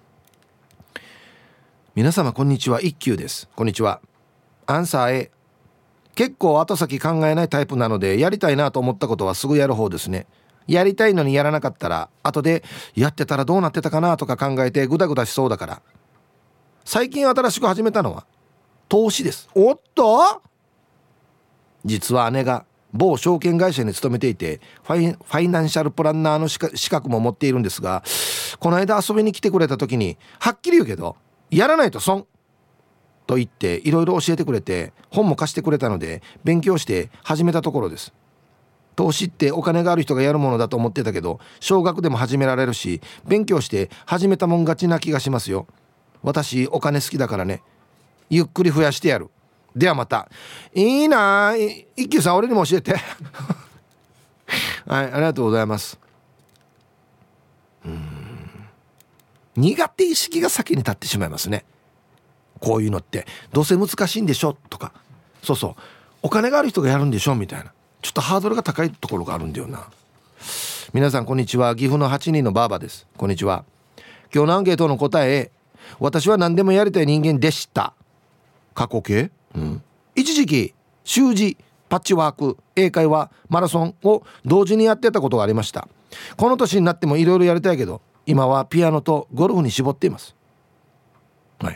皆様こんにちは。一休です。こんにちは。アンサー A。 結構後先考えないタイプなので、やりたいなと思ったことはすぐやる方ですね。やりたいのにやらなかったら後でやってたらどうなってたかなとか考えてグダグダしそうだから。最近新しく始めたのは投資です。おっと、実は姉が某証券会社に勤めていてファイ、ファイナンシャルプランナーの資格も持っているんですが、この間遊びに来てくれた時にはっきり言うけどやらないと損と言っていろいろ教えてくれて、本も貸してくれたので勉強して始めたところです。投資ってお金がある人がやるものだと思ってたけど、少額でも始められるし、勉強して始めたもん勝ちな気がしますよ。私お金好きだからね、ゆっくり増やしてやる。ではまた。いいな、一休さん俺にも教えてはい、ありがとうございます。うーん、苦手意識が先に立ってしまいますね。こういうのってどうせ難しいんでしょとか、そうそうお金がある人がやるんでしょみたいな、ちょっとハードルが高いところがあるんだよな。皆さんこんにちは。岐阜のはちにんのバーバです。こんにちは。今日のアンケートの答え、私は何でもやりたい人間でした。過去形、うん、一時期習字、パッチワーク、英会話、マラソンを同時にやってたことがありました。この年になってもいろいろやりたいけど、今はピアノとゴルフに絞っています。はい、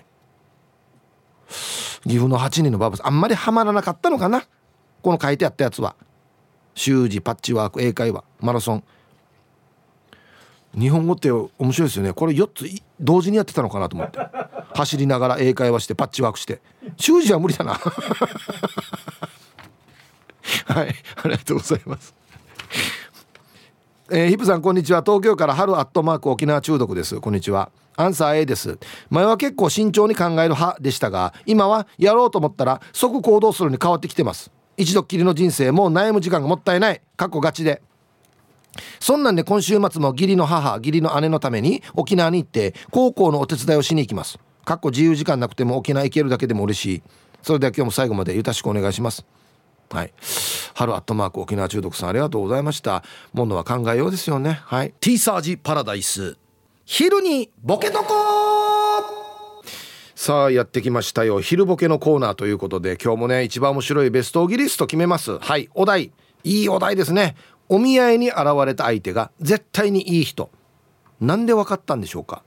岐阜のはちにんのバーバさん、あんまりハマらなかったのかな、この書いてあったやつは。習字、パッチワーク、英会話、マラソン。日本語って面白いですよね。これよっつ同時にやってたのかなと思って。走りながら英会話してパッチワークして、習字は無理だなはい、ありがとうございます。えー、ヒップさんこんにちは。東京から春アットマーク沖縄中毒です。こんにちは。アンサー A です。前は結構慎重に考える派でしたが、今はやろうと思ったら即行動するに変わってきてます。一度っきりの人生、もう悩む時間がもったいない。過去ガチで。そんなんで今週末も義理の母、義理の姉のために沖縄に行って高校のお手伝いをしに行きます。かっこ自由時間なくても沖縄行けるだけでも嬉しい。それでは今日も最後までよろしくお願いします。はい、春アットマーク沖縄中毒さん、ありがとうございました。ものは考えようですよね。はい、 ティーサージパラダイス、 昼にボケとこさあやってきましたよ、昼ボケのコーナーということで、今日もね一番面白いベストオギリスト決めます。はい、お題、いいお題ですね。お見合いに現れた相手が絶対にいい人、なんでわかったんでしょうか。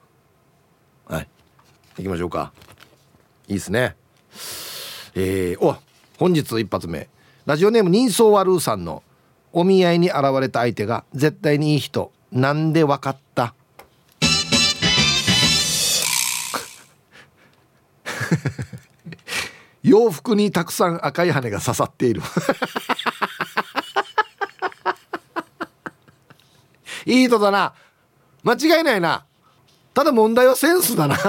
はい、行きましょうか。いいですね。えー、お本日一発目、ラジオネーム人相悪うさんのお見合いに現れた相手が絶対にいい人、なんでわかった？洋服にたくさん赤い羽が刺さっている。いい人だな、間違いないな。ただ問題はセンスだな。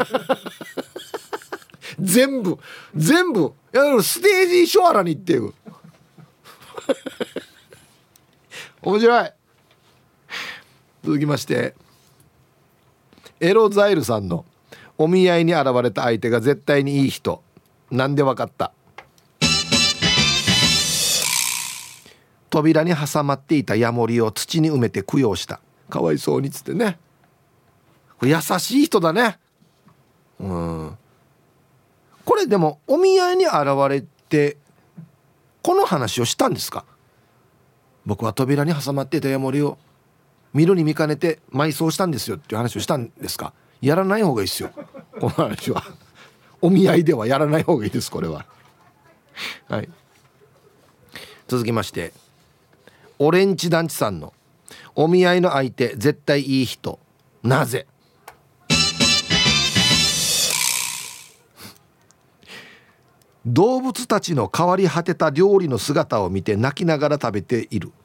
全部全部ステージショアラにっていう。面白い。続きまして、エロザイルさんのお見合いに現れた相手が絶対にいい人、なんでわかった？扉に挟まっていたヤモリを土に埋めて供養した。かわいそうにつってね。これ優しい人だね。うん。これでもお見合いに現れてこの話をしたんですか？僕は扉に挟まっていたヤモリを見るに見かねて埋葬したんですよっていう話をしたんですか？やらない方がいいですよ、この話は。お見合いではやらない方がいいです、これは。はい。続きまして、オレンジ団地さんのお見合いの相手絶対いい人、なぜ？動物たちの変わり果てた料理の姿を見て泣きながら食べている。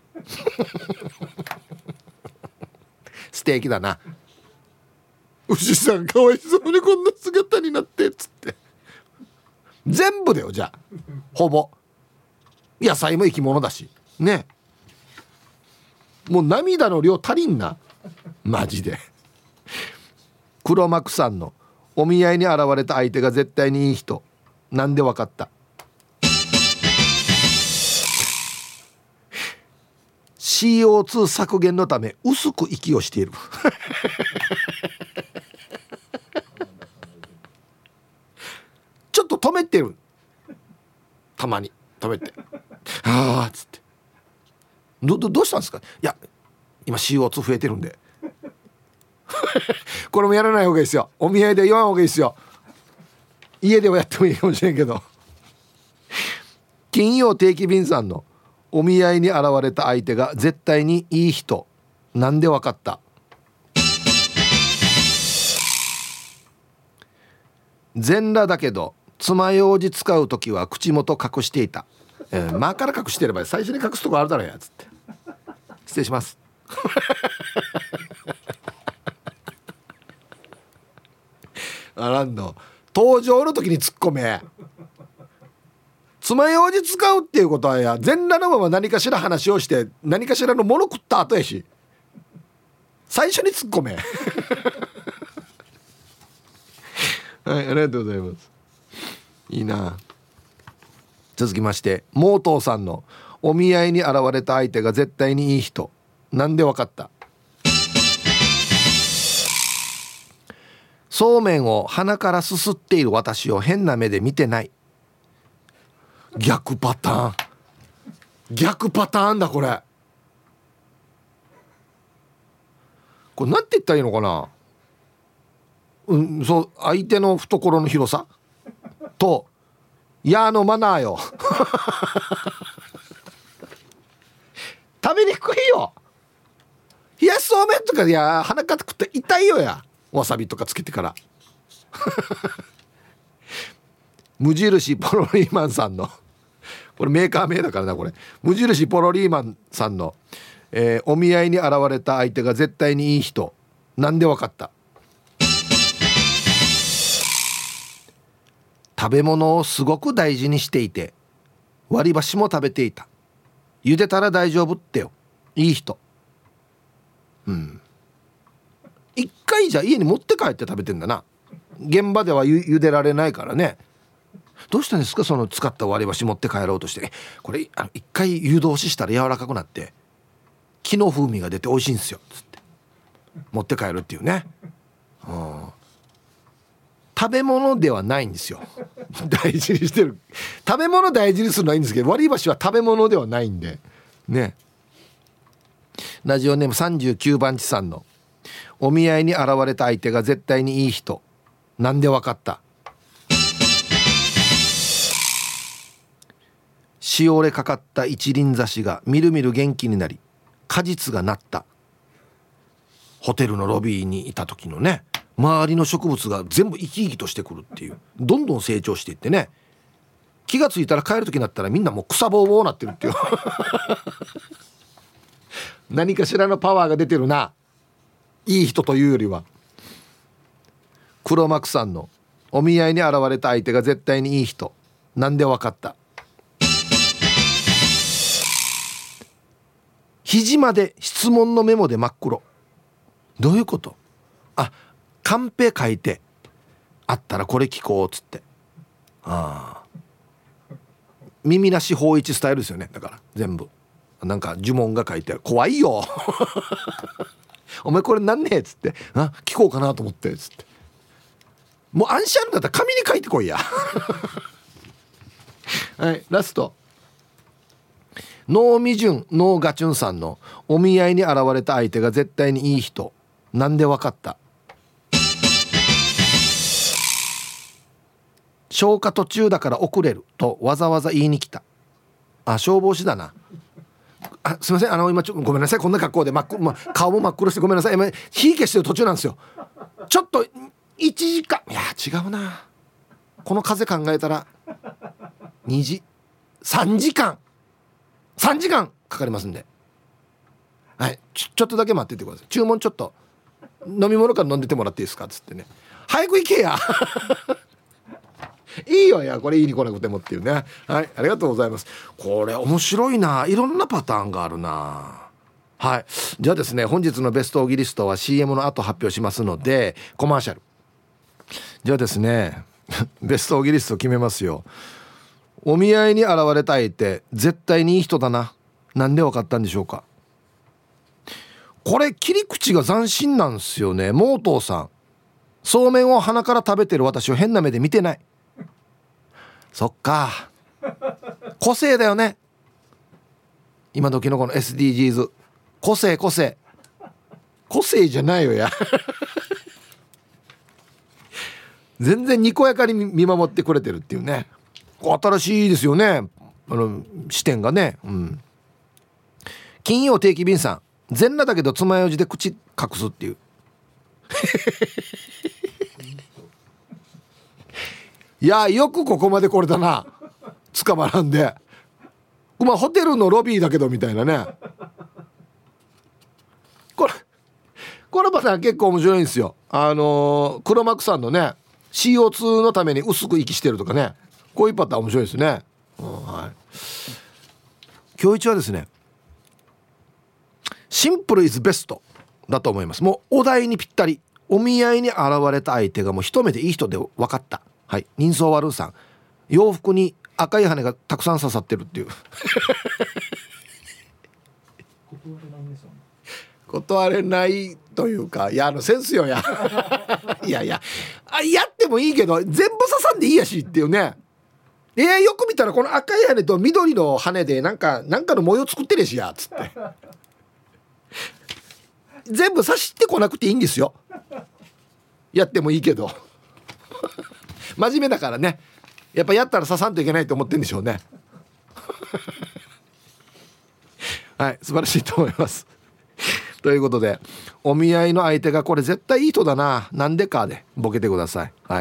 素敵だな。牛さんかわいそうにこんな姿になってっつって。全部だよ、じゃあほぼ野菜も生き物だしね。もう涙の量足りんな、マジで。黒幕さんのお見合いに現れた相手が絶対にいい人、なんでわかった？ シーオーツー 削減のため薄く息をしている。ちょっと止めてる、たまに止めて、あーっつって、ど, ど, どうしたんですか？いや今 シーオーツー 増えてるんで。これもやらない方がいいですよ、お見合いで言わん方がいいですよ。家ではやってもいいかもしれんけど。金曜定期便さんのお見合いに現れた相手が絶対にいい人、なんでわかった？全裸だけど爪楊枝使うときは口元隠していた。えー、前から隠してれば最初に隠すとこあるだろうやつって。失礼します。あらんの登場の時に突っ込め。爪楊枝使うっていうことはや全裸のまま何かしら話をして何かしらのもの食った後やし、最初に突っ込め。はい、ありがとうございます。いいな。続きまして、モートーさんのお見合いに現れた相手が絶対にいい人、なんでわかった？そうめんを鼻からすすっている私を変な目で見てない。逆パターン、逆パターンだこれ。これなんて言ったらいいのかな。うん、そう、相手の懐の広さとやーのマナーよ。食べにくいよ。冷やしそうめんとかいや鼻か食って痛いよや、わさびとかつけてから。無印ポロリーマンさんのこれメーカー名だからな、これ無印ポロリーマンさんの、えー、お見合いに現れた相手が絶対にいい人、なんでわかった？食べ物をすごく大事にしていて割り箸も食べていた。茹でたら大丈夫ってよ、いい人。うん、一回じゃ家に持って帰って食べてんだな。現場ではゆ茹でられないからね。どうしたんですか、その使った割り箸持って帰ろうとして。これあの一回湯通ししたら柔らかくなって木の風味が出て美味しいんですよつって持って帰るっていうね。うん、食べ物ではないんですよ。大事にしてる。食べ物大事にするのはいいんですけど、割り箸は食べ物ではないんでね。ラジオネームさんじゅうきゅうばん地さんのお見合いに現れた相手が絶対にいい人、なんでわかった？ しおれかかった一輪挿しがみるみる元気になり果実がなった。ホテルのロビーにいた時のね、周りの植物が全部生き生きとしてくるっていう、どんどん成長していってね、気がついたら帰る時になったらみんなもう草ぼうぼうなってるっていう何かしらのパワーが出てるな、いい人というよりは。黒幕さんのお見合いに現れた相手が絶対にいい人、なんでわかった。肘まで質問のメモで真っ黒。どういうこと？あ、カンペ書いてあったらこれ聞こうっつって。ああ、耳なし法一スタイルですよね。だから全部なんか呪文が書いてある。怖いよお前これなんねえっつって、あ、聞こうかなと思ってっつって、もう暗視あるんだったら紙に書いてこいやはい、ラスト。ノーミジュンノーガチュンさんのお見合いに現れた相手が絶対にいい人、なんでわかった。消火途中だから遅れるとわざわざ言いに来た。あ、消防士だな。あ、すいません、あの今ちょっとごめんなさい、こんな格好で真っ黒、ま、顔も真っ黒してごめんなさい、今火消してる途中なんですよ。ちょっといちじかん、いや違うな、この風考えたらにじさんじかんさんじかんかかりますんで、はい、ちょ、ちょっとだけ待っててください。注文ちょっと飲み物から飲んでてもらっていいですかっつってね、早く行けやいいよ、いやこれいいに来なくてもっていうね。はい、ありがとうございます。これ面白いな、いろんなパターンがあるな。はい、じゃあですね、本日のベストオギリストは シーエム の後発表しますので、コマーシャル。じゃあですねベストオギリスト決めますよ。お見合いに現れた相手絶対にいい人だな、なんでわかったんでしょうか。これ切り口が斬新なんですよね。モートーさん、そうめんを鼻から食べてる私を変な目で見てない。そっか、個性だよね、今時のこの エスディージーズ。 個性個性個性じゃないよや全然にこやかに見守ってくれてるっていうね、新しいですよね、あの視点がね。うん、金曜定期便さん、全裸だけど爪楊枝で口隠すっていういやよくここまで来れたな、捕まらんで、まあホテルのロビーだけどみたいなね。これこのパターン結構面白いんですよ。あのー、黒幕さんのね シーオーツー のために薄く息してるとかね、こういうパターン面白いですね。うん、はい、今日一はですね、シンプルイズベストだと思います。もうお題にぴったり、お見合いに現れた相手がもう一目でいい人で分かった。はい、人相悪さん、洋服に赤い羽がたくさん刺さってるっていう断れないというか、いやあのセンスよやいやいや、あ、やってもいいけど全部刺さんでいいやしっていうね。えー、よく見たらこの赤い羽と緑の羽でなんかなんかの模様作ってるしやつって全部刺してこなくていいんですよ。やってもいいけど真面目だからね、やっぱやったら刺さんといけないと思ってるんでしょうねはい、素晴らしいと思いますということで、お見合いの相手がこれ絶対いい人だな、なんでかでボケてください。はい、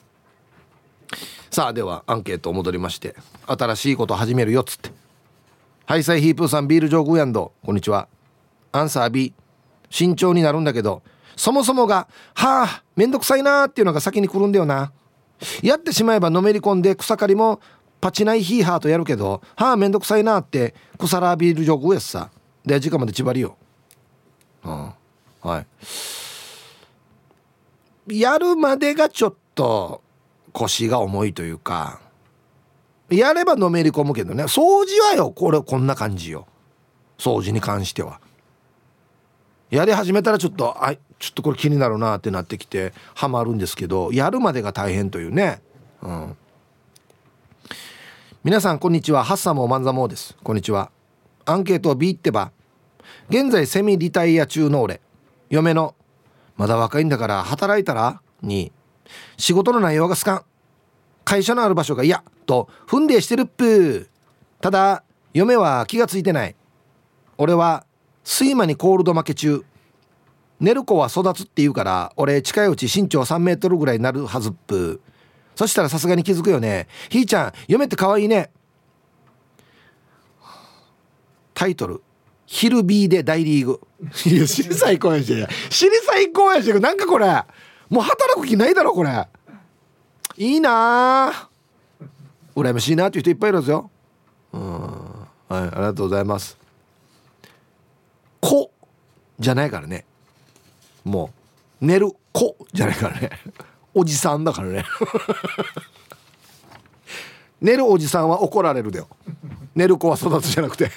さあではアンケート戻りまして、新しいこと始めるよっつって。ハイサイヒープーさん、ビール上グーヤンドこんにちは。アンサー B、 慎重になるんだけどそもそもがはあめんどくさいなーっていうのが先に来るんだよな。やってしまえばのめり込んで草刈りもパチナイヒーハーとやるけど、はあめんどくさいなって草ラービール上グーやっさで時間まで縛りよ。うん、はい、やるまでがちょっと腰が重いというか、やればのめり込むけどね、掃除はよこれこんな感じよ。掃除に関してはやり始めたらちょっとあちょっとこれ気になるなってなってきてハマるんですけど、やるまでが大変というね。うん、皆さんこんにちは、ハッサモーマンザモーです。こんにちは。アンケートを B ってば、現在セミリタイア中の俺、嫁のまだ若いんだから働いたらに、仕事の内容が好かん、会社のある場所が嫌と踏んでしてるっぷー、 ただ嫁は気がついてない。俺は睡魔にコールド負け中。寝る子は育つって言うから、俺近いうち身長さんメートルぐらいになるはずっぷ。そしたらさすがに気づくよね。ひーちゃん嫁って可愛いね。タイトルヒルビーで大リーグ。いや、尻最高やし、尻最高やし、なんかこれもう働く気ないだろこれ。いいなぁ、羨ましいなっていう人いっぱいいるんですよ。うん、はい、ありがとうございます。子じゃないからね、もう寝る子じゃないからね、おじさんだからね寝るおじさんは怒られるだよ、寝る子は育つじゃなくて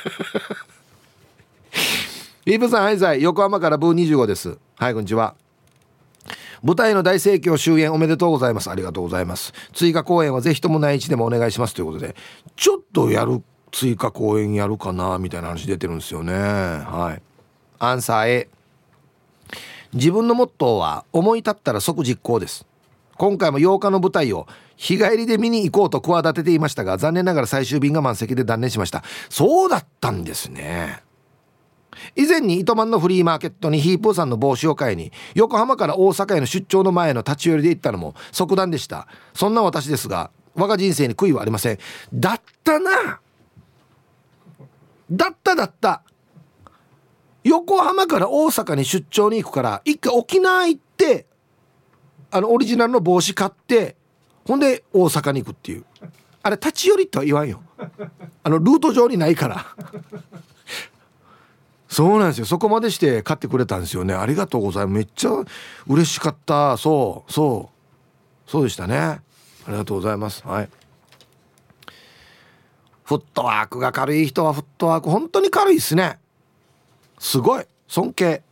イーブさん、はいざい、横浜からブーにじゅうごです。はい、こんにちは。舞台の大盛況終演おめでとうございます。ありがとうございます。追加公演はぜひとも内地でもお願いしますということで、ちょっとやる追加公演やるかなみたいな話出てるんですよね。はい、アンサー A。 自分のモットーは思い立ったら即実行です。今回もようかの舞台を日帰りで見に行こうと企てていましたが、残念ながら最終便が満席で断念しました。そうだったんですね。以前に糸満のフリーマーケットにヒープーさんの帽子を買いに横浜から大阪への出張の前の立ち寄りで行ったのも即断でした。そんな私ですが、我が人生に悔いはありません。だったな、だっただった横浜から大阪に出張に行くから一回沖縄行って、あのオリジナルの帽子買って、ほんで大阪に行くっていう、あれ立ち寄りとは言わんよ、あのルート上にないからそうなんですよ。そこまでして買ってくれたんですよね。ありがとうございます。めっちゃ嬉しかった。そうそうそうでしたね。ありがとうございます。はい。フットワークが軽い人はフットワーク本当に軽いですね。すごい尊敬。